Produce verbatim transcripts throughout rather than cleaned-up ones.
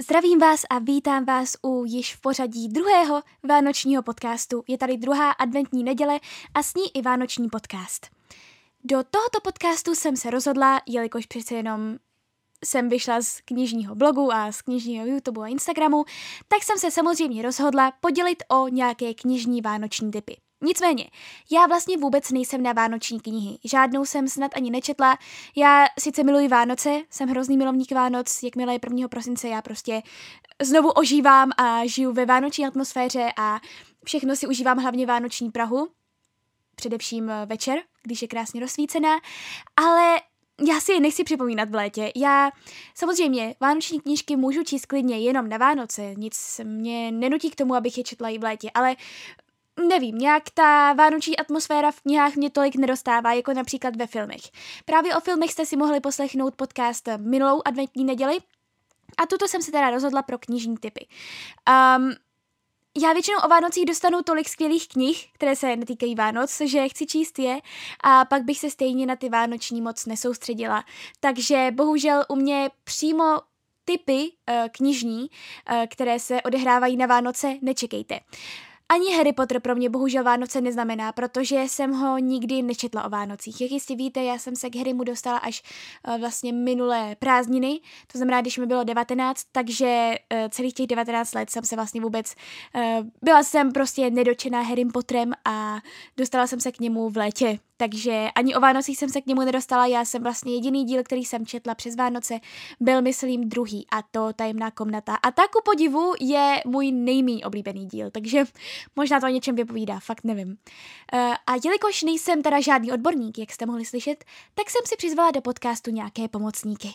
Zdravím vás a vítám vás u již v pořadí druhého vánočního podcastu. Je tady druhá adventní neděle a s ní i vánoční podcast. Do tohoto podcastu jsem se rozhodla, jelikož přece jenom jsem vyšla z knižního blogu a z knižního YouTube a Instagramu, tak jsem se samozřejmě rozhodla podělit o nějaké knižní vánoční tipy. Nicméně, já vlastně vůbec nejsem na vánoční knihy. Žádnou jsem snad ani nečetla. Já sice miluji Vánoce, jsem hrozný milovník Vánoc, jakmile je prvního prosince, já prostě znovu ožívám a žiju ve vánoční atmosféře a všechno si užívám hlavně vánoční Prahu, především večer, když je krásně rozsvícená, ale já si je nechci připomínat v létě. Já samozřejmě vánoční knížky můžu číst klidně jenom na Vánoce, nic mě nenutí k tomu, abych je četla i v létě, ale nevím, nějak ta vánoční atmosféra v knihách mě tolik nedostává, jako například ve filmech. Právě o filmech jste si mohli poslechnout podcast minulou adventní neděli a tuto jsem se teda rozhodla pro knižní tipy. Um, já většinou o Vánocích dostanu tolik skvělých knih, které se netýkají Vánoc, že chci číst je a pak bych se stejně na ty vánoční moc nesoustředila. Takže bohužel u mě přímo tipy uh, knižní, uh, které se odehrávají na Vánoce, nečekejte. Ani Harry Potter pro mě bohužel Vánoce neznamená, protože jsem ho nikdy nečetla o Vánocích. Jak jistě víte, já jsem se k Harrymu dostala až uh, vlastně minulé prázdniny, to znamená, když mi bylo devatenáct, takže uh, celých těch devatenáct let jsem se vlastně vůbec, uh, byla jsem prostě nedočená Harrym Potterem a dostala jsem se k němu v létě. Takže ani o Vánocích jsem se k němu nedostala, já jsem vlastně jediný díl, který jsem četla přes Vánoce, byl myslím druhý a to Tajemná komnata. A tak ku podivu je můj nejméně oblíbený díl, takže možná to o něčem vypovídá, fakt nevím. Uh, a jelikož nejsem teda žádný odborník, jak jste mohli slyšet, tak jsem si přizvala do podcastu nějaké pomocníky.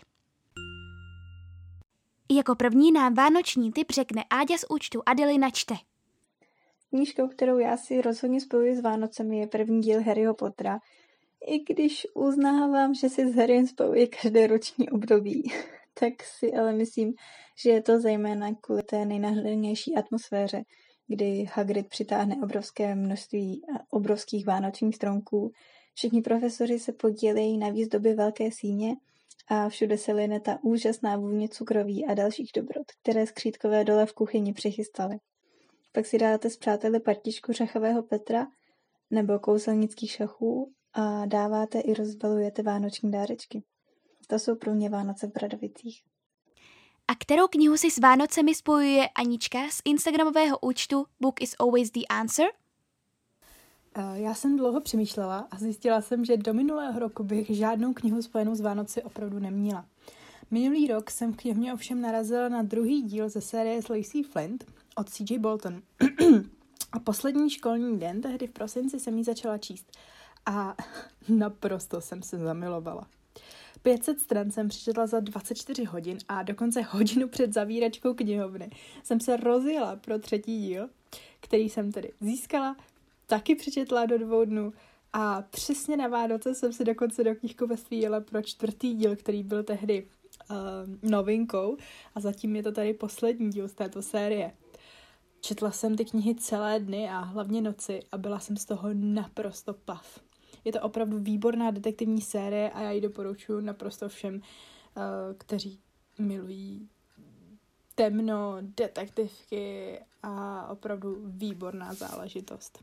Jako první nám vánoční tip řekne Áďa z účtu Adelina čte. Knížkou, kterou já si rozhodně spojuji s Vánocemi, je první díl Harryho Pottera, i když uznávám, že si s Harrym spojuje každé roční období, tak si ale myslím, že je to zejména kvůli té nejnahlednější atmosféře, kdy Hagrid přitáhne obrovské množství obrovských vánočních stromků, všichni profesoři se podílejí na výzdobě velké síně a všude se line ta úžasná vůně cukroví a dalších dobrot, které skřítkové dole v kuchyni přichystali. Pak si dáte s přáteli partičku řachového Petra nebo kouzelnických šachů a dáváte i rozbalujete vánoční dárečky. To jsou pro mě Vánoce v Bradovicích. A kterou knihu si s Vánocemi spojuje Anička z instagramového účtu Book is always the answer? Já jsem dlouho přemýšlela a zjistila jsem, že do minulého roku bych žádnou knihu spojenou s Vánoci opravdu neměla. Minulý rok jsem v knihovně ovšem narazila na druhý díl ze série s Lacey Flint od C J Bolton. A poslední školní den, tehdy v prosinci, jsem ji začala číst. A naprosto jsem se zamilovala. pět set stran jsem přečetla za dvacet čtyři hodin a dokonce hodinu před zavíračkou knihovny jsem se rozjela pro třetí díl, který jsem tedy získala, taky přečetla do dvou dnů a přesně na Vánoce jsem si dokonce do knihkupectví jela pro čtvrtý díl, který byl tehdy uh, novinkou a zatím je to tady poslední díl z této série. Četla jsem ty knihy celé dny a hlavně noci a byla jsem z toho naprosto pav. Je to opravdu výborná detektivní série a já ji doporučuji naprosto všem, uh, kteří milují temno, detektivky a opravdu výborná záležitost.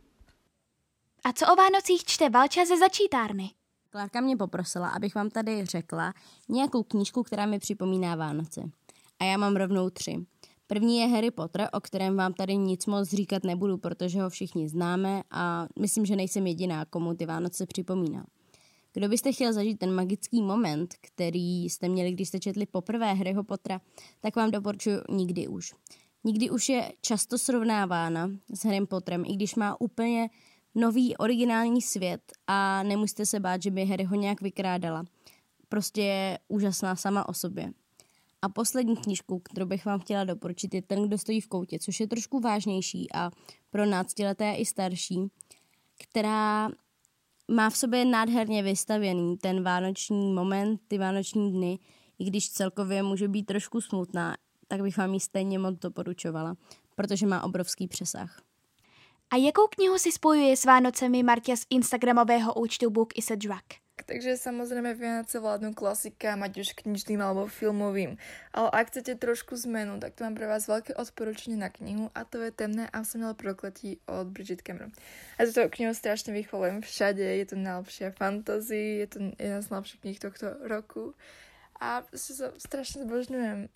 A co o Vánocích čte Valča ze začítárny? Klárka mě poprosila, abych vám tady řekla nějakou knížku, která mi připomíná Vánoce. A já mám rovnou tři. První je Harry Potter, o kterém vám tady nic moc říkat nebudu, protože ho všichni známe a myslím, že nejsem jediná, komu ty Vánoce připomíná. Kdo byste chtěl zažít ten magický moment, který jste měli, když jste četli poprvé Harryho Pottera, tak vám doporučuji Nikdy už. Nikdy už je často srovnávána s Harrym Potterem, i když má úplně nový originální svět a nemusíte se bát, že by Harry ho nějak vykrádala. Prostě je úžasná sama o sobě. A poslední knížku, kterou bych vám chtěla doporučit, je Ten, kdo stojí v koutě, což je trošku vážnější a pro náctileté i starší, která má v sobě nádherně vystavěný ten vánoční moment, ty vánoční dny, i když celkově může být trošku smutná, tak bych vám ji stejně moc doporučovala, protože má obrovský přesah. A jakou knihu si spojuje s Vánocemi Marta z instagramového účtu Book is a Drug? takže samozrejme Vianoce vládnu klasika, mať už knižným alebo filmovým. Ale ak chcete trošku zmenu, tak to mám pre vás veľké odporúčanie na knihu a to je Temné a osamelé prokletí od Bridget Cameron. A túto knihu strašne vychvalujem všade, je to najlepšia fantasy, je to jedna z najlepších kníh tohto roku a proste sa strašne zbožňujem.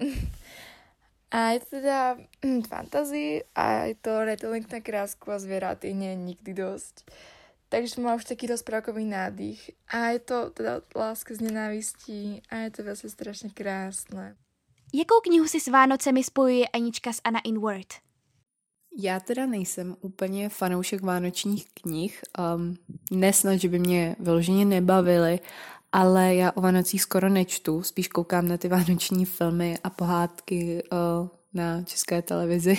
A je to teda hm, fantasy a je to retelling na krásku a zvieraty nie je nikdy dosť. Takže má už taký rozprávkový nádych. A je to teda láska z nenávistí a je to vlastně strašně krásné. Jakou knihu si s Vánocemi spojuje Anička z Anna in Word? Já teda nejsem úplně fanoušek vánočních knih. Um, nesnad, že by mě vyloženě nebavily, ale já o Vánocích skoro nečtu. Spíš koukám na ty vánoční filmy a pohádky uh, na české televizi.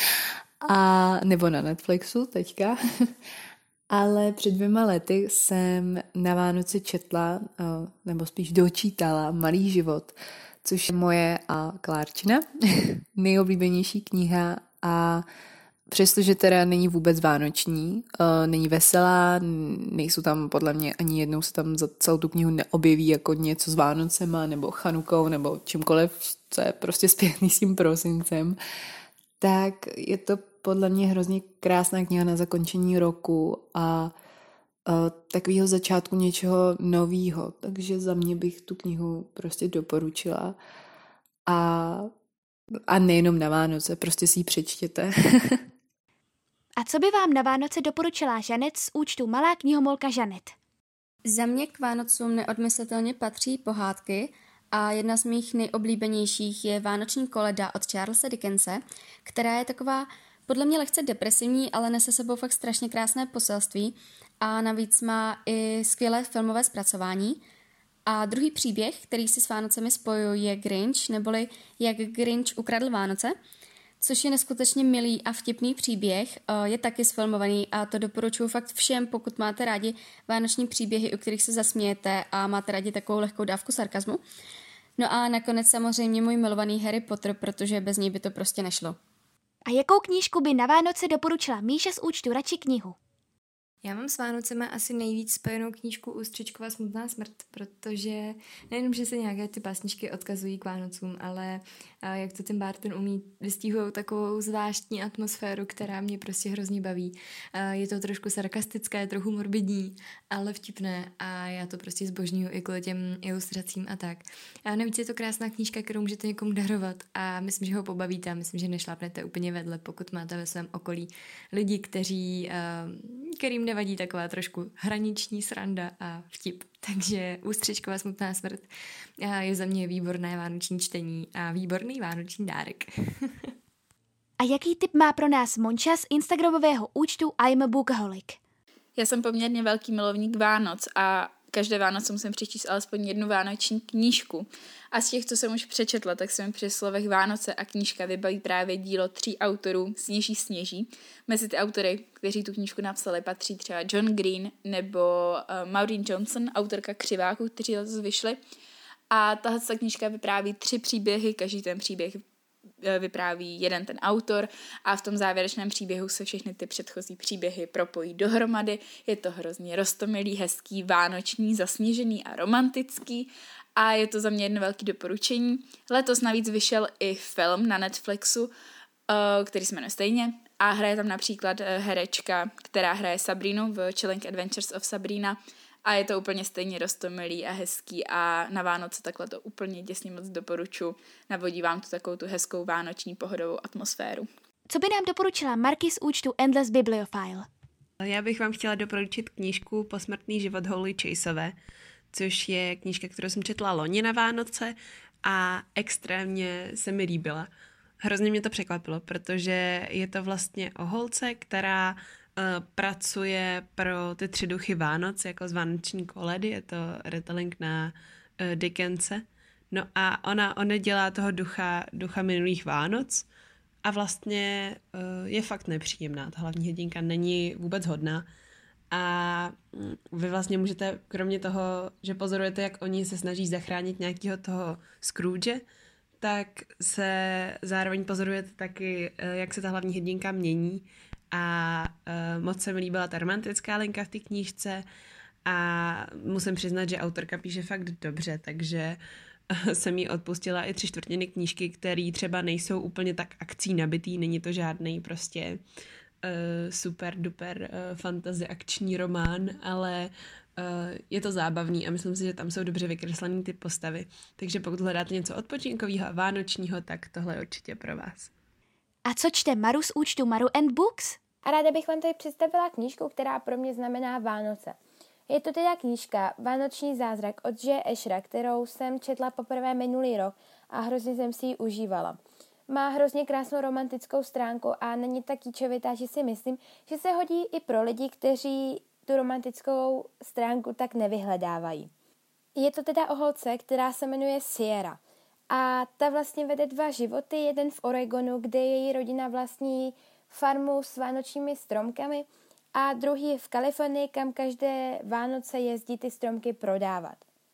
a nebo na Netflixu teďka. Ale před dvěma lety jsem na Vánoce četla, nebo spíš dočítala Malý život, což je moje a Klárčina nejoblíbenější kniha a přestože teda není vůbec vánoční, není veselá, nejsou tam podle mě ani jednou se tam za celou tu knihu neobjeví jako něco s Vánocema nebo Chanukou nebo čímkoliv, co je prostě zpětný s tím prosincem, tak je to podle mě hrozně krásná kniha na zakončení roku a uh, takového začátku něčeho novýho. Takže za mě bych tu knihu prostě doporučila. A, a nejenom na Vánoce, prostě si ji přečtěte. A co by vám na Vánoce doporučila Žanet z účtu Malá knihomolka Žanet? Za mě k Vánocům neodmyslitelně patří pohádky a jedna z mých nejoblíbenějších je Vánoční koleda od Charlesa Dickense, která je taková podle mě lehce depresivní, ale nese sebou fakt strašně krásné poselství a navíc má i skvělé filmové zpracování. A druhý příběh, který si s Vánocemi spojují, je Grinch, neboli Jak Grinch ukradl Vánoce, což je neskutečně milý a vtipný příběh, je taky sfilmovaný a to doporučuji fakt všem, pokud máte rádi vánoční příběhy, u kterých se zasmějete a máte rádi takovou lehkou dávku sarkazmu. No a nakonec samozřejmě můj milovaný Harry Potter, protože bez něj by to prostě nešlo. A jakou knížku by na Vánoce doporučila Míša z účtu Radši knihu? Já mám s Vánocema asi nejvíc spojenou knížku Ústřičkova smutná smrt, protože nejenom, že se nějaké ty básničky odkazují k Vánocům, ale jak to Tim Burton umí, vystihují takovou zvláštní atmosféru, která mě prostě hrozně baví. Je to trošku sarkastické, trochu morbidní, ale vtipné a já to prostě zbožňuju i kvůli těm ilustracím a tak. A navíc je to krásná knížka, kterou můžete někomu darovat a myslím, že ho pobavíte a myslím, že nešlápnete úplně vedle, pokud máte ve svém okolí lidi, kteří, kterým nevadí taková trošku hraniční sranda a vtip. Takže Ústřičková smutná smrt je za mě výborné vánoční čtení a výborný vánoční dárek. A jaký tip má pro nás Monča z instagramového účtu I'm a Bookaholic? Já jsem poměrně velký milovník Vánoc a každé Vánoce musím přečíst alespoň jednu vánoční knížku. A z těch, co jsem už přečetla, tak se mi při slovech Vánoce a knížka vybaví právě dílo tří autorů Sněží sněží. Mezi ty autory, kteří tu knížku napsali, patří třeba John Green nebo uh, Maureen Johnson, autorka Křiváků, kteří letos vyšli. A tahle knížka vypráví tři příběhy, každý ten příběh vypráví jeden ten autor a v tom závěrečném příběhu se všechny ty předchozí příběhy propojí dohromady. Je to hrozně roztomilý, hezký, vánoční, zasněžený a romantický a je to za mě jedno velké doporučení. Letos navíc vyšel i film na Netflixu, který se jmenuje stejně a hraje tam například herečka, která hraje Sabrinu v Chilling Adventures of Sabrina. A je to úplně stejně roztomilý a hezký a na Vánoce takhle to úplně děsně moc doporučuji. Navodí vám tu takovou tu hezkou vánoční pohodovou atmosféru. Co by nám doporučila Marky z účtu Endless Bibliophile? Já bych vám chtěla doporučit knížku Posmrtný život Holly Chaseové, což je knížka, kterou jsem četla loni na Vánoce a extrémně se mi líbila. Hrozně mě to překvapilo, protože je to vlastně o holce, která pracuje pro ty tři duchy Vánoc jako z vánoční koledy, je to retelling na uh, Dickense. No a ona, ona dělá toho ducha, ducha minulých Vánoc a vlastně uh, je fakt nepříjemná. Ta hlavní hrdinka není vůbec hodná a vy vlastně můžete, kromě toho, že pozorujete, jak oni se snaží zachránit nějakého toho Scrooge, tak se zároveň pozorujete taky, jak se ta hlavní hrdinka mění. A uh, moc se mi líbila ta romantická linka v té knížce a musím přiznat, že autorka píše fakt dobře, takže jsem jí odpustila i tři čtvrtiny knížky, které třeba nejsou úplně tak akcí nabitý, není to žádný prostě uh, super duper uh, fantasy akční román, ale uh, je to zábavný a myslím si, že tam jsou dobře vykreslený ty postavy. Takže pokud hledáte něco odpočinkového a vánočního, tak tohle je určitě pro vás. A co čte Maru z účtu Maru and Books? A ráda bych vám tady představila knížku, která pro mě znamená Vánoce. Je to teda knížka Vánoční zázrak od J. Ashera, kterou jsem četla poprvé minulý rok a hrozně jsem si ji užívala. Má hrozně krásnou romantickou stránku a není tak kýčovitá, že si myslím, že se hodí i pro lidi, kteří tu romantickou stránku tak nevyhledávají. Je to teda o holce, která se jmenuje Sierra. A ta vlastně vede dva životy, jeden v Oregonu, kde její rodina vlastní farmu s vánočními stromkami, a druhý je v Kalifornii, kam každé Vánoce jezdí ty stromky prodávat.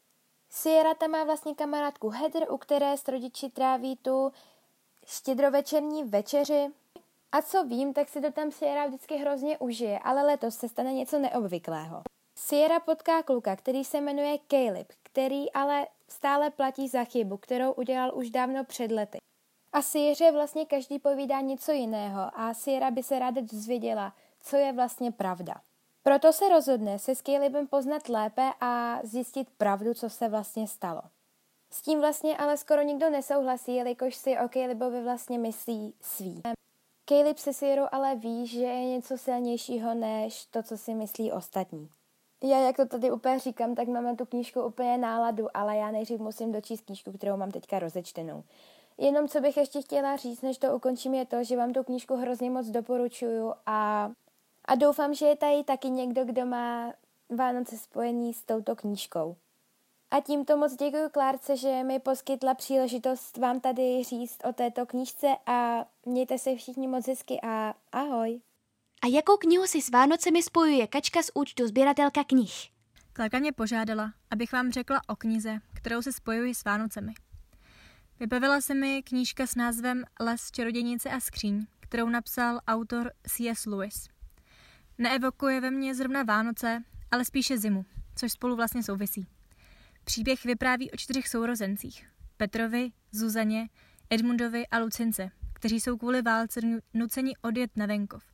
Sierra tam má vlastně kamarádku Heather, u které s rodiči tráví tu štědrovečerní večeři. A co vím, tak si to tam Sierra vždycky hrozně užije, ale letos se stane něco neobvyklého. Sierra potká kluka, který se jmenuje Caleb, který ale stále platí za chybu, kterou udělal už dávno před lety. A Sierře vlastně každý povídá něco jiného a Sierra by se ráda dozvěděla, co je vlastně pravda. Proto se rozhodne se s Calebem poznat lépe a zjistit pravdu, co se vlastně stalo. S tím vlastně ale skoro nikdo nesouhlasí, jelikož si o Calebovi vlastně myslí svý. Caleb se Sierrou ale ví, že je něco silnějšího než to, co si myslí ostatní. Já, jak to tady úplně říkám, tak mám na tu knížku úplně náladu, ale já nejdřív musím dočíst knížku, kterou mám teďka rozečtenou. Jenom co bych ještě chtěla říct, než to ukončím, je to, že vám tu knížku hrozně moc doporučuju a, a doufám, že je tady taky někdo, kdo má Vánoce spojený s touto knížkou. A tímto moc děkuji Klárce, že mi poskytla příležitost vám tady říct o této knížce a mějte se všichni moc hezky a ahoj. A jakou knihu si s Vánocemi spojuje Kačka z účtu sběratelka knih? Klárka mě požádala, abych vám řekla o knize, kterou se spojuji s Vánocemi. Vybavila se mi knížka s názvem Les, čarodějnice a skříň, kterou napsal autor C S Lewis. Neevokuje ve mně zrovna Vánoce, ale spíše zimu, což spolu vlastně souvisí. Příběh vypráví o čtyřech sourozencích. Petrovi, Zuzaně, Edmundovi a Lucince, kteří jsou kvůli válce nuceni odjet na venkov.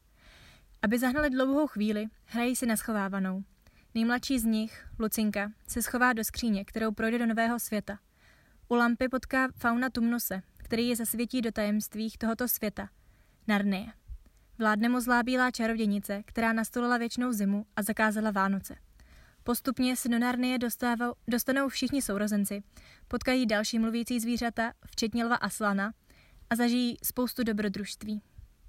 Aby zahnali dlouhou chvíli, hrají si na schovávanou. Nejmladší z nich, Lucinka, se schová do skříně, kterou projde do nového světa. U lampy potká Fauna Tumnuse, který je zasvětí do tajemstvích tohoto světa. Narnie. Vládne mu zlá bílá čarodějnice, která nastolila věčnou zimu a zakázala Vánoce. Postupně se do Narnie dostávou, dostanou všichni sourozenci, potkají další mluvící zvířata, včetně lva Aslana, a zažijí spoustu dobrodružství.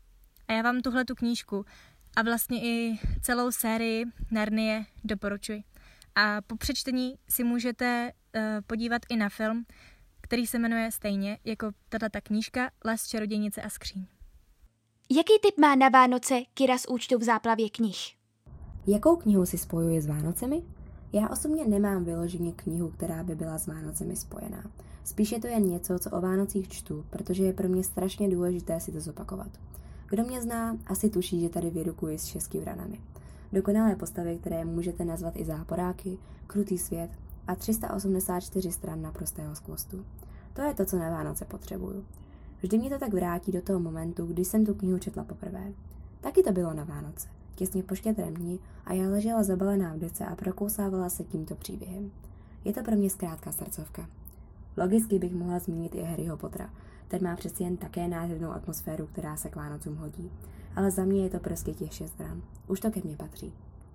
A já vám tuhletu knížku a vlastně i celou sérii Narnie doporučuji. A po přečtení si můžete uh, podívat i na film, který se jmenuje stejně jako tato knížka Les, čarodějnice a skříň. Jaký tip má na Vánoce Kira z účtu v záplavě knih? Jakou knihu si spojuje s Vánocemi? Já osobně nemám vyloženě knihu, která by byla s Vánocemi spojená. Spíš je to jen něco, co o Vánocích čtu, protože je pro mě strašně důležité si to zopakovat. Kdo mě zná, asi tuší, že tady vyrukuji s šesti vranami. Dokonalé postavy, které můžete nazvat i záporáky, krutý svět a tři sta osmdesát čtyři stran naprostého skvostu. To je to, co na Vánoce potřebuju. Vždy mě to tak vrátí do toho momentu, kdy jsem tu knihu četla poprvé. Taky to bylo na Vánoce, těsně po štědrém dni a já ležela zabalená v dece a prokousávala se tímto příběhem. Je to pro mě zkrátka srdcovka. Logicky bych mohla zmínit i Harryho Pottera. Ten má přeci jen také nádhernou atmosféru, která se k Vánocům hodí. Ale za mě je to prostě těch šest stran. Už to ke mně patří.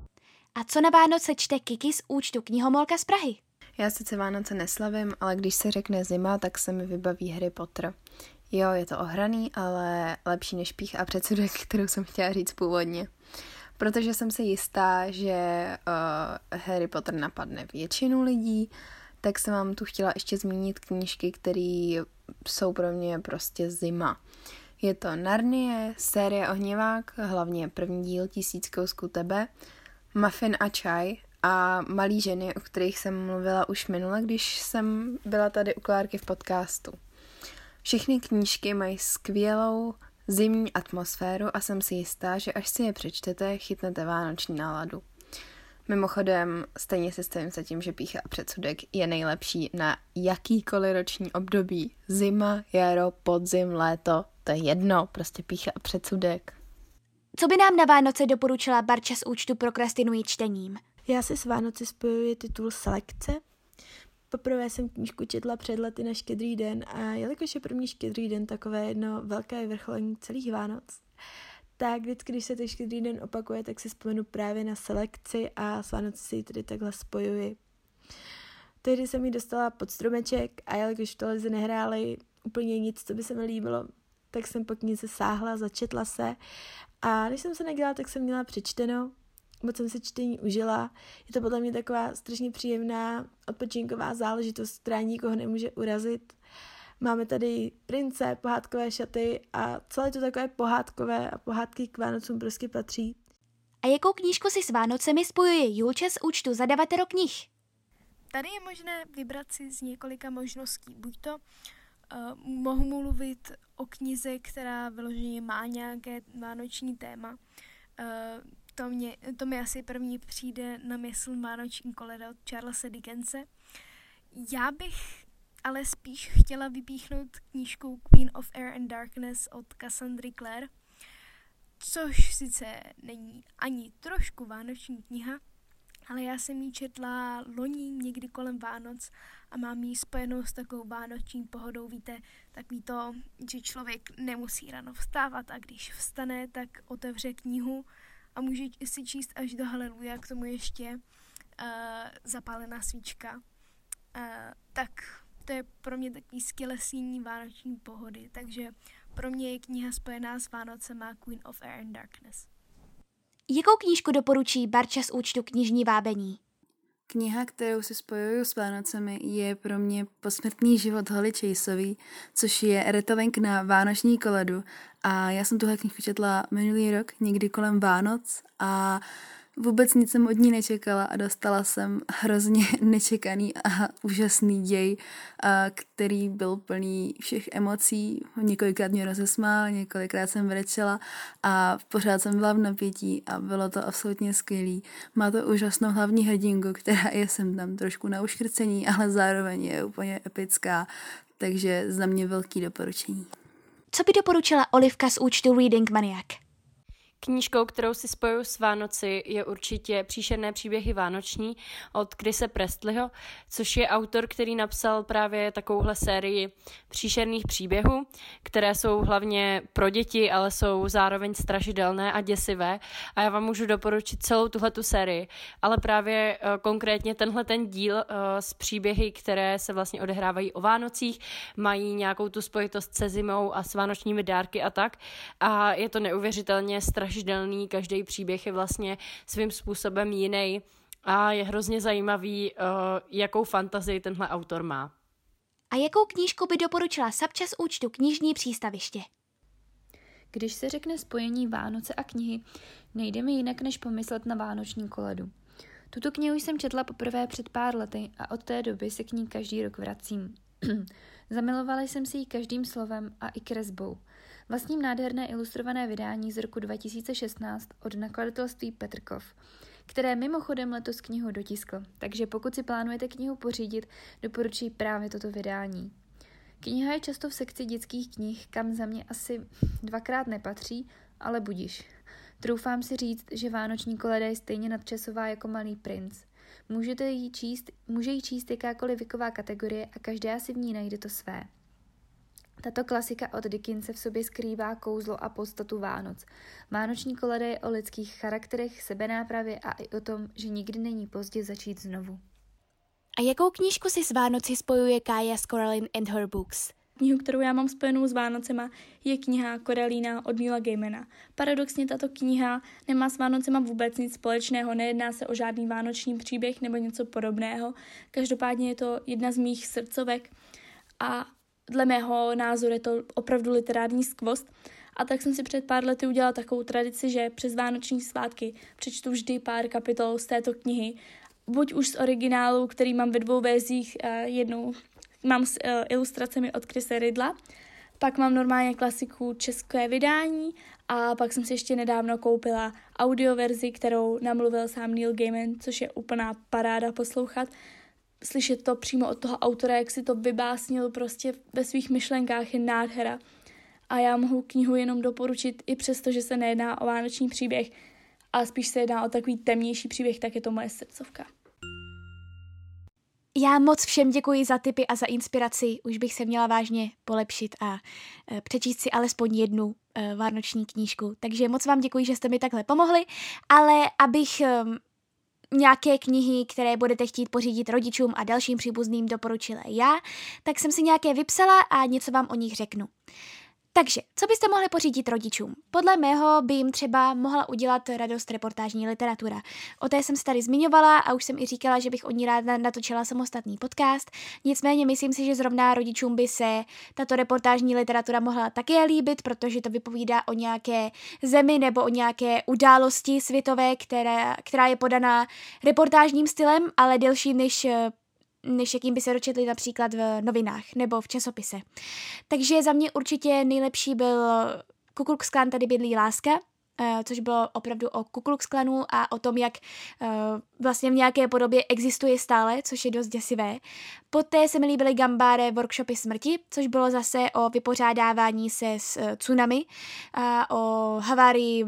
A co na Vánoce čte Kiki z účtu Knihomolka z Prahy? Já sice Vánoce neslavím, ale když se řekne zima, tak se mi vybaví Harry Potter. Jo, je to ohraný, ale lepší než pích a předsudek, kterou jsem chtěla říct původně. Protože jsem si jistá, že uh, Harry Potter napadne většinu lidí, tak jsem vám tu chtěla ještě zmínit knížky, které jsou pro mě prostě zima. Je to Narnie, série Ohněvák, hlavně první díl Tisíc kousků tebe, Muffin a čaj a Malý ženy, o kterých jsem mluvila už minule, když jsem byla tady u Klárky v podcastu. Všechny knížky mají skvělou zimní atmosféru a jsem si jistá, že až si je přečtete, chytnete vánoční náladu. Mimochodem, stejně si stojím za tím, že pýcha a předsudek je nejlepší na jakýkoliv roční období. Zima, jaro, podzim, léto, to je jedno, prostě pýcha a předsudek. Co by nám na Vánoce doporučila Barča z účtu Prokrastinuji čtením? Já si s Vánoci spojuji titul Selekce. Poprvé jsem knížku četla před lety na Štědrý den a jelikož je pro mě Štědrý den takové jedno velké vyvrcholení celých Vánoc, tak vždycky, když se ten Štědrý den opakuje, tak si vzpomenu právě na Selekci a s Vánoci si ji tedy takhle spojuji. Tehdy jsem ji dostala pod stromeček a jelikož v televizi nehráli úplně nic, co by se mi líbilo, tak jsem po knize sáhla, začetla se a když jsem se nedělala, tak jsem měla přečteno. Moc jsem si čtení užila. Je to podle mě taková strašně příjemná odpočinková záležitost, která nikoho nemůže urazit. Máme tady prince, pohádkové šaty a celé to takové pohádkové a pohádky k Vánocům prostě patří. A jakou knížku si s Vánocemi spojuje Julča z účtu Zadavatero knih? Tady je možné vybrat si z několika možností. Buď to uh, mohu mluvit o knize, která vyloženě má nějaké vánoční téma. Uh, To, mě, to mi asi první přijde na mysl Vánoční koleda od Charlesa Dickense. Já bych ale spíš chtěla vypíchnout knížku Queen of Air and Darkness od Cassandry Clare, což sice není ani trošku vánoční kniha, ale já jsem ji četla loni někdy kolem Vánoc a mám ji spojenou s takovou vánoční pohodou. Víte, takový to, že člověk nemusí ráno vstávat a když vstane, tak otevře knihu a může si číst až do Haleluja, k tomu ještě uh, zapálená svíčka. Uh, tak to je pro mě takový stělesnění vánoční pohody, takže pro mě je kniha spojená s Vánocema Queen of Air and Darkness. Jakou knížku doporučí Barča z účtu Knižní vábení? Kniha, kterou si spojuju s Vánocemi, je pro mě Posmrtný život Holly Chaseový, což je retelling na vánoční koledu. A já jsem tuhle knihu četla minulý rok, někdy kolem Vánoc a vůbec nic jsem od ní nečekala a dostala jsem hrozně nečekaný a úžasný děj, který byl plný všech emocí. Několikrát mě rozesmál, několikrát jsem brečela a pořád jsem byla v napětí a bylo to absolutně skvělý. Má to úžasnou hlavní hrdinku, která je sem tam trošku na uškrcení, ale zároveň je úplně epická, takže za mě velký doporučení. Co by doporučila Olivka z účtu Reading Maniac? Knížkou, kterou si spojuju s Vánoci, je určitě Příšerné příběhy vánoční od Chrise Prestliho, což je autor, který napsal právě takovouhle sérii příšerných příběhů, které jsou hlavně pro děti, ale jsou zároveň strašidelné a děsivé. A já vám můžu doporučit celou tuhletu sérii, ale právě uh, konkrétně tenhle ten díl uh, s příběhy, které se vlastně odehrávají o Vánocích, mají nějakou tu spojitost se zimou a s vánočními dárky a tak. A je to neuvěřitelně strašidelné. Každý příběh je vlastně svým způsobem jiný a je hrozně zajímavý, uh, jakou fantazii tenhle autor má. A jakou knížku by doporučila Sabča z účtu Knižní přístaviště? Když se řekne spojení Vánoce a knihy, nejde mi jinak, než pomyslet na vánoční koledu. Tuto knihu jsem četla poprvé před pár lety a od té doby se k ní každý rok vracím. Zamilovala jsem si ji každým slovem a i kresbou. Vlastním nádherné ilustrované vydání z roku dva tisíce šestnáct od nakladatelství Petrkov, které mimochodem letos knihu dotiskl, takže pokud si plánujete knihu pořídit, doporučuji právě toto vydání. Kniha je často v sekci dětských knih, kam za mě asi dvakrát nepatří, ale budiš. Troufám si říct, že vánoční koleda je stejně nadčasová jako Malý princ. Můžete ji číst, může ji číst jakákoliv věková kategorie a každá si v ní najde to své. Tato klasika od Dickense v sobě skrývá kouzlo a podstatu Vánoc. Vánoční koleda je o lidských charakterech, sebenápravě a i o tom, že nikdy není pozdě začít znovu. A jakou knížku si s Vánoci spojuje Kája z Coraline and Her Books? Knihu, kterou já mám spojenou s Vánocema, je kniha Koralína od Neila Gaimana. Paradoxně tato kniha nemá s Vánocema vůbec nic společného, nejedná se o žádný vánoční příběh nebo něco podobného. Každopádně je to jedna z mých srdcovek a dle mého názoru je to opravdu literární skvost. A tak jsem si před pár lety udělala takovou tradici, že přes vánoční svátky přečtu vždy pár kapitol z této knihy. Buď už z originálu, který mám ve dvou verzích, jednou mám s ilustracemi od Chrise Riddla, pak mám normálně klasiku české vydání a pak jsem si ještě nedávno koupila audioverzi, kterou namluvil sám Neil Gaiman, což je úplná paráda poslouchat. Slyšet to přímo od toho autora, jak si to vybásnil prostě ve svých myšlenkách, je nádhera. A já mohu knihu jenom doporučit i přesto, že se nejedná o vánoční příběh, ale spíš se jedná o takový temnější příběh, tak je to moje srdcovka. Já moc všem děkuji za tipy a za inspiraci. Už bych se měla vážně polepšit a e, přečíst si alespoň jednu e, vánoční knížku. Takže moc vám děkuji, že jste mi takhle pomohli, ale abych e, nějaké knihy, které budete chtít pořídit rodičům a dalším příbuzným doporučila já, tak jsem si nějaké vypsala a něco vám o nich řeknu. Takže, co byste mohli pořídit rodičům? Podle mého by jim třeba mohla udělat radost reportážní literatura. O té jsem se tady zmiňovala a už jsem i říkala, že bych o ní ráda natočila samostatný podcast. Nicméně myslím si, že zrovna rodičům by se tato reportážní literatura mohla také líbit, protože to vypovídá o nějaké zemi nebo o nějaké události světové, která, která je podaná reportážním stylem, ale delší než než jakým by se dočetli například v novinách nebo v časopise. Takže za mě určitě nejlepší byl Ku Klux Klan tady bydlí láska, což bylo opravdu o Ku Klux Klanu a o tom, jak vlastně v nějaké podobě existuje stále, což je dost děsivé. Poté se mi líbily Gambáre workshopy smrti, což bylo zase o vypořádávání se s tsunami a o havárii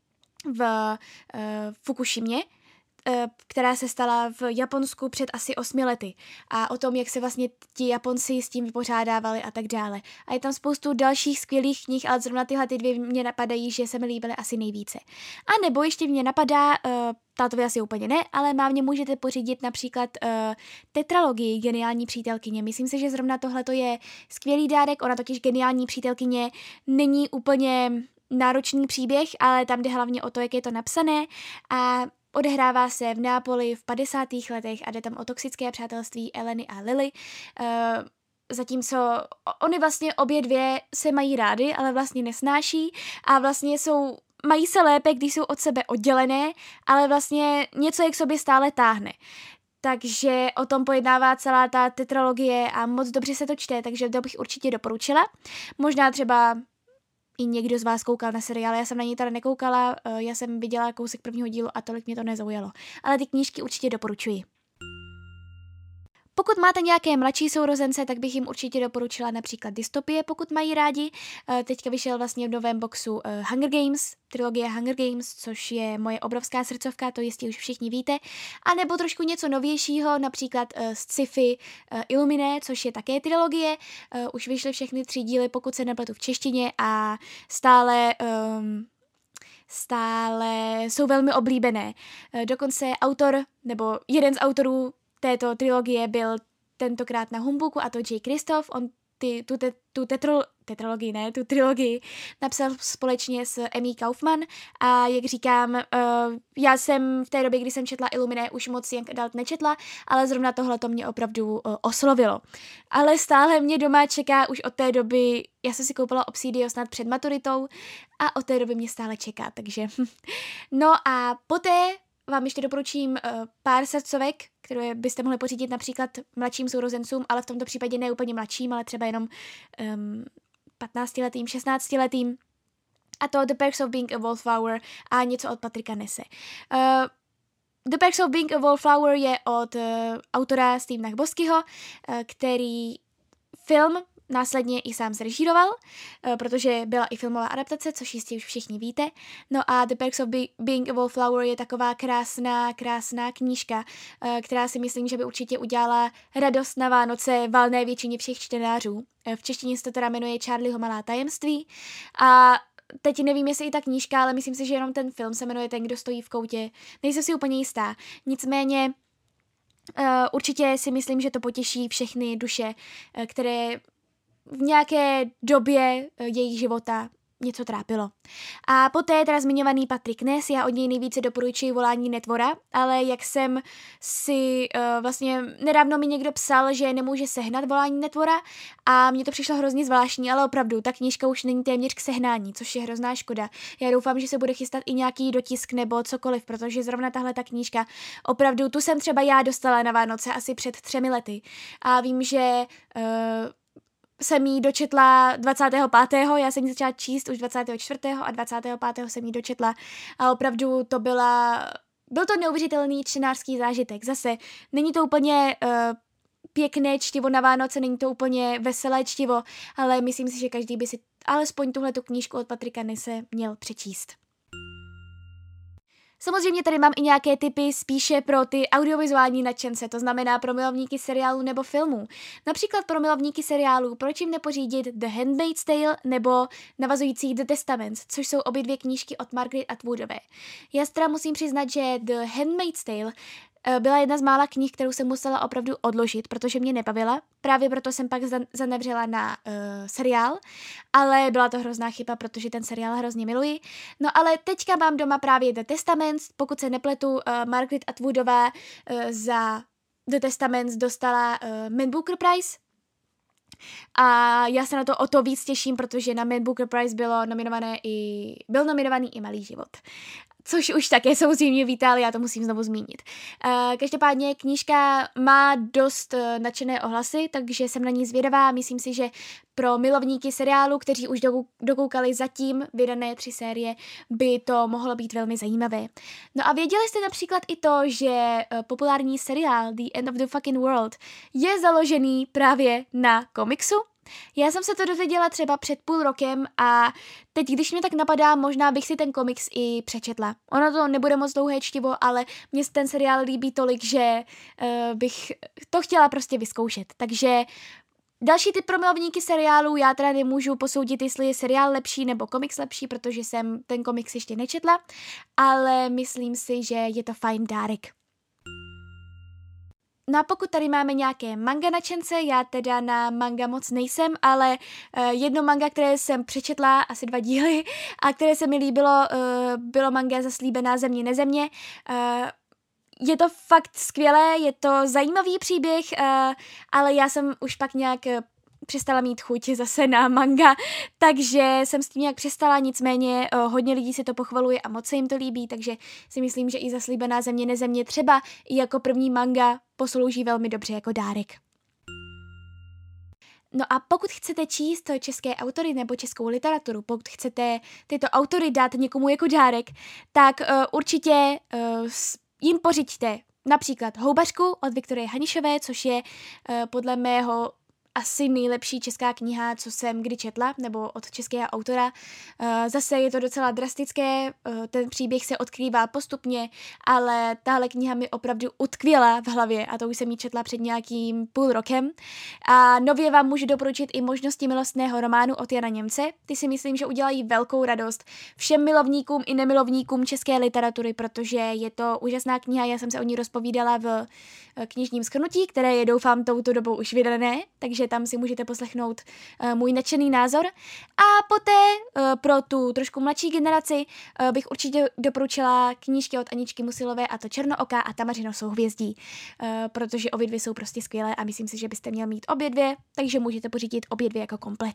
v Fukushimě, která se stala v Japonsku před asi osmi lety a o tom, jak se vlastně ti Japonci s tím vypořádávali a tak dále. A je tam spoustu dalších skvělých knih, ale zrovna tyhle ty dvě mě napadají, že se mi líbily asi nejvíce. A nebo ještě mě napadá, uh, tátovi asi úplně ne, ale mámě můžete pořídit například uh, tetralogii Geniální přítelkyně. Myslím si, že zrovna tohle je skvělý dárek, ona totiž Geniální přítelkyně není úplně náročný příběh, ale tam jde hlavně o to, jak je to napsané a odehrává se v Neapoli v padesátých letech a jde tam o toxické přátelství Eleny a Lily. Uh, zatímco oni vlastně obě dvě se mají rády, ale vlastně nesnáší a vlastně jsou, mají se lépe, když jsou od sebe oddělené, ale vlastně něco je k sobě stále táhne. Takže o tom pojednává celá ta tetralogie a moc dobře se to čte, takže to bych určitě doporučila. Možná třeba i někdo z vás koukal na seriál, já jsem na něj teda nekoukala, já jsem viděla kousek prvního dílu a tolik mě to nezaujalo. Ale ty knížky určitě doporučuji. Pokud máte nějaké mladší sourozence, tak bych jim určitě doporučila například Dystopie, pokud mají rádi. Teďka vyšel vlastně v novém boxu Hunger Games, trilogie Hunger Games, což je moje obrovská srdcovka, to jistě už všichni víte. A nebo trošku něco novějšího, například z sci-fi Illuminae, což je také trilogie. Už vyšly všechny tři díly, pokud se nepletu v češtině a stále... Um, stále jsou velmi oblíbené. Dokonce autor, nebo jeden z autorů této trilogie byl tentokrát na humbuku a to Jay Kristoff. On ty, tu, te, tu tetro, tetralogii, ne, tu trilogii napsal společně s Emmy Kaufman a jak říkám, uh, já jsem v té době, kdy jsem četla Illuminae, už moc Young Adult nečetla, ale zrovna tohle to mě opravdu uh, oslovilo. Ale stále mě doma čeká už od té doby, já jsem si koupila Obsidio snad před maturitou a od té doby mě stále čeká, takže no a poté vám ještě doporučím uh, pár srdcovek, které byste mohli pořídit například mladším sourozencům, ale v tomto případě ne úplně mladším, ale třeba jenom um, patnáctiletým, šestnáctiletým. A to The Perks of Being a Wallflower a něco od Patrika Nesse. Uh, The Perks of Being a Wallflower je od uh, autora Stevena Chboskyho, uh, který film následně i sám zrežíroval, protože byla i filmová adaptace, což jistě už všichni víte. No a The Perks of Being a Wallflower je taková krásná, krásná knížka, která si myslím, že by určitě udělala radost na Vánoce valné většině všech čtenářů. V češtině se to teda jmenuje Charlieho malá tajemství a teď nevím, jestli i ta knížka, ale myslím si, že jenom ten film se jmenuje Ten, kdo stojí v koutě. Nejsem si úplně jistá. Nicméně uh, určitě si myslím, že to potěší všechny duše, uh, které v nějaké době jejich života něco trápilo. A poté teda zmiňovaný Patrick Ness, já od něj nejvíce doporučuji Volání netvora, ale jak jsem si uh, vlastně nedávno mi někdo psal, že nemůže sehnat Volání netvora a mně to přišlo hrozně zvláštní, ale opravdu, ta knížka už není téměř k sehnání, což je hrozná škoda. Já doufám, že se bude chystat i nějaký dotisk nebo cokoliv, protože zrovna tahle ta knížka, opravdu, tu jsem třeba já dostala na Vánoce asi před třemi lety a vím, že uh, jsem jí dočetla dvacátého pátého Já jsem ji začala číst už dvacátého čtvrtého a dvacátého pátého jsem ji dočetla a opravdu to byla, byl to neuvěřitelný čtenářský zážitek. Zase není to úplně uh, pěkné čtivo na Vánoce, není to úplně veselé čtivo, ale myslím si, že každý by si alespoň tuhletu knížku od Patrika Nesse měl přečíst. Samozřejmě tady mám i nějaké tipy spíše pro ty audiovizuální nadšence, to znamená pro milovníky seriálů nebo filmů. Například pro milovníky seriálů, proč jim nepořídit The Handmaid's Tale nebo navazující The Testament, což jsou obě dvě knížky od Margaret Atwoodové. Já teda musím přiznat, že The Handmaid's Tale byla jedna z mála knih, kterou jsem musela opravdu odložit, protože mě nebavila. Právě proto jsem pak zanevřela na uh, seriál, ale byla to hrozná chyba, protože ten seriál hrozně miluji. No ale teďka mám doma právě The Testament, pokud se nepletu, uh, Margaret Atwoodová uh, za The Testament dostala uh, Man Booker Prize. A já se na to o to víc těším, protože na Man Booker Prize bylo nominované i, byl nominovaný i Malý život. Což už také samozřejmě vítá, ale já to musím znovu zmínit. Uh, každopádně knížka má dost uh, nadšené ohlasy, takže jsem na ní zvědavá. Myslím si, že pro milovníky seriálu, kteří už dokoukali zatím vydané tři série, by to mohlo být velmi zajímavé. No a věděli jste například i to, že uh, populární seriál The End of the Fucking World je založený právě na komiksu? Já jsem se to dozvěděla třeba před půl rokem a teď, když mě tak napadá, možná bych si ten komiks i přečetla. Ono to nebude moc dlouhé čtivo, ale mně se ten seriál líbí tolik, že uh, bych to chtěla prostě vyzkoušet. Takže další tip pro milovníky seriálů, já teda nemůžu posoudit, jestli je seriál lepší nebo komiks lepší, protože jsem ten komiks ještě nečetla, ale myslím si, že je to fajn dárek. No a pokud tady máme nějaké manga nadšence, já teda na manga moc nejsem, ale uh, jedno manga, které jsem přečetla, asi dva díly, a které se mi líbilo, uh, bylo manga Zaslíbená země nezemě. Uh, je to fakt skvělé, je to zajímavý příběh, uh, ale já jsem už pak nějak uh, přestala mít chuť zase na manga, takže jsem s tím nějak přestala, nicméně uh, hodně lidí si to pochvaluje a moc se jim to líbí, takže si myslím, že i Zaslíbená země nezemě třeba i jako první manga poslouží velmi dobře jako dárek. No a pokud chcete číst české autory nebo českou literaturu, pokud chcete tyto autory dát někomu jako dárek, tak uh, určitě uh, jim pořiďte například Houbařku od Viktorie Hanišové, což je uh, podle mého asi nejlepší česká kniha, co jsem kdy četla, nebo od českého autora. Zase je to docela drastické, ten příběh se odkrývá postupně, ale tahle kniha mi opravdu utkvěla v hlavě a to už jsem ji četla před nějakým půl rokem. A nově vám můžu doporučit i Možnosti milostného románu od Jana Němce. Ty si myslím, že udělají velkou radost všem milovníkům i nemilovníkům české literatury, protože je to úžasná kniha, já jsem se o ní rozpovídala v knižním shrnutí, které je doufám touto dobou už vydané, takže tam si můžete poslechnout uh, můj nadšený názor. A poté uh, pro tu trošku mladší generaci uh, bych určitě doporučila knížky od Aničky Musilové, a to Černooká a Tamařino souhvězdí, uh, protože obě dvě jsou prostě skvělé a myslím si, že byste měl mít obě dvě, takže můžete pořídit obě dvě jako komplet.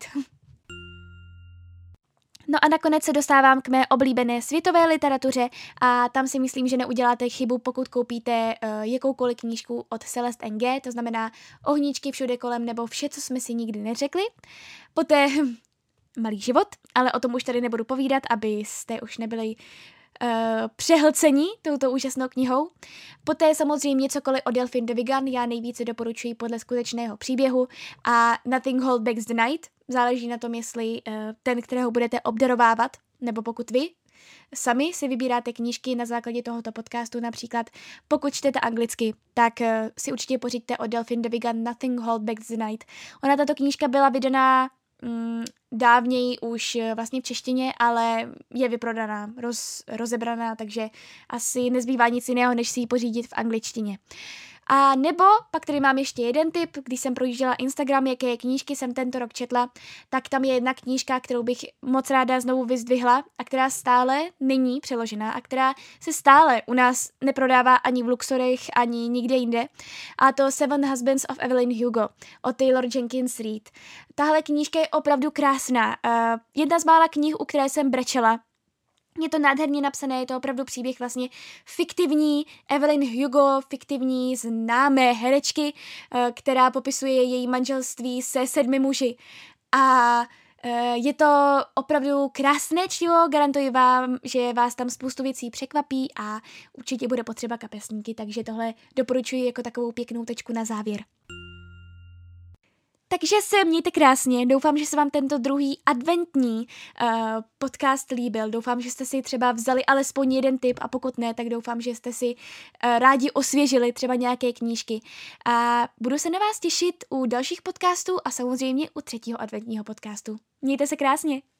No a nakonec se dostávám k mé oblíbené světové literatuře a tam si myslím, že neuděláte chybu, pokud koupíte uh, jakoukoliv knížku od Celeste N G, to znamená Ohníčky všude kolem nebo Vše, co jsme si nikdy neřekli. Poté Malý život, ale o tom už tady nebudu povídat, abyste už nebyli Uh, přehlcení touto úžasnou knihou. Poté samozřejmě cokoliv o Delphine de Vigan já nejvíce doporučuji podle skutečného příběhu a Nothing Hold Back the Night. Záleží na tom, jestli uh, ten, kterého budete obdarovávat, nebo pokud vy sami si vybíráte knížky na základě tohoto podcastu, například pokud čtete anglicky, tak uh, si určitě pořiďte od Delphine de Vigan Nothing Hold Back the Night. Ona, tato knížka byla vydaná mm, dávněji už vlastně v češtině, ale je vyprodaná, roz, rozebraná, takže asi nezbývá nic jiného, než si ji pořídit v angličtině. A nebo pak tady mám ještě jeden tip, když jsem projížděla Instagram, jaké knížky jsem tento rok četla, tak tam je jedna knížka, kterou bych moc ráda znovu vyzdvihla a která stále není přeložená a která se stále u nás neprodává ani v Luxorech, ani nikde jinde. A to Seven Husbands of Evelyn Hugo od Taylor Jenkins Reid. Tahle knížka je opravdu krásná. Uh, jedna z mála knih, u které jsem brečela, Je to nádherně napsané, je to opravdu příběh vlastně fiktivní, Evelyn Hugo, fiktivní známé herečky, která popisuje její manželství se sedmi muži. A je to opravdu krásné čtivo, garantuji vám, že vás tam spoustu věcí překvapí a určitě bude potřeba kapesníky, takže tohle doporučuji jako takovou pěknou tečku na závěr. Takže se mějte krásně, doufám, že se vám tento druhý adventní uh, podcast líbil, doufám, že jste si třeba vzali alespoň jeden tip a pokud ne, tak doufám, že jste si uh, rádi osvěžili třeba nějaké knížky. A budu se na vás těšit u dalších podcastů a samozřejmě u třetího adventního podcastu. Mějte se krásně!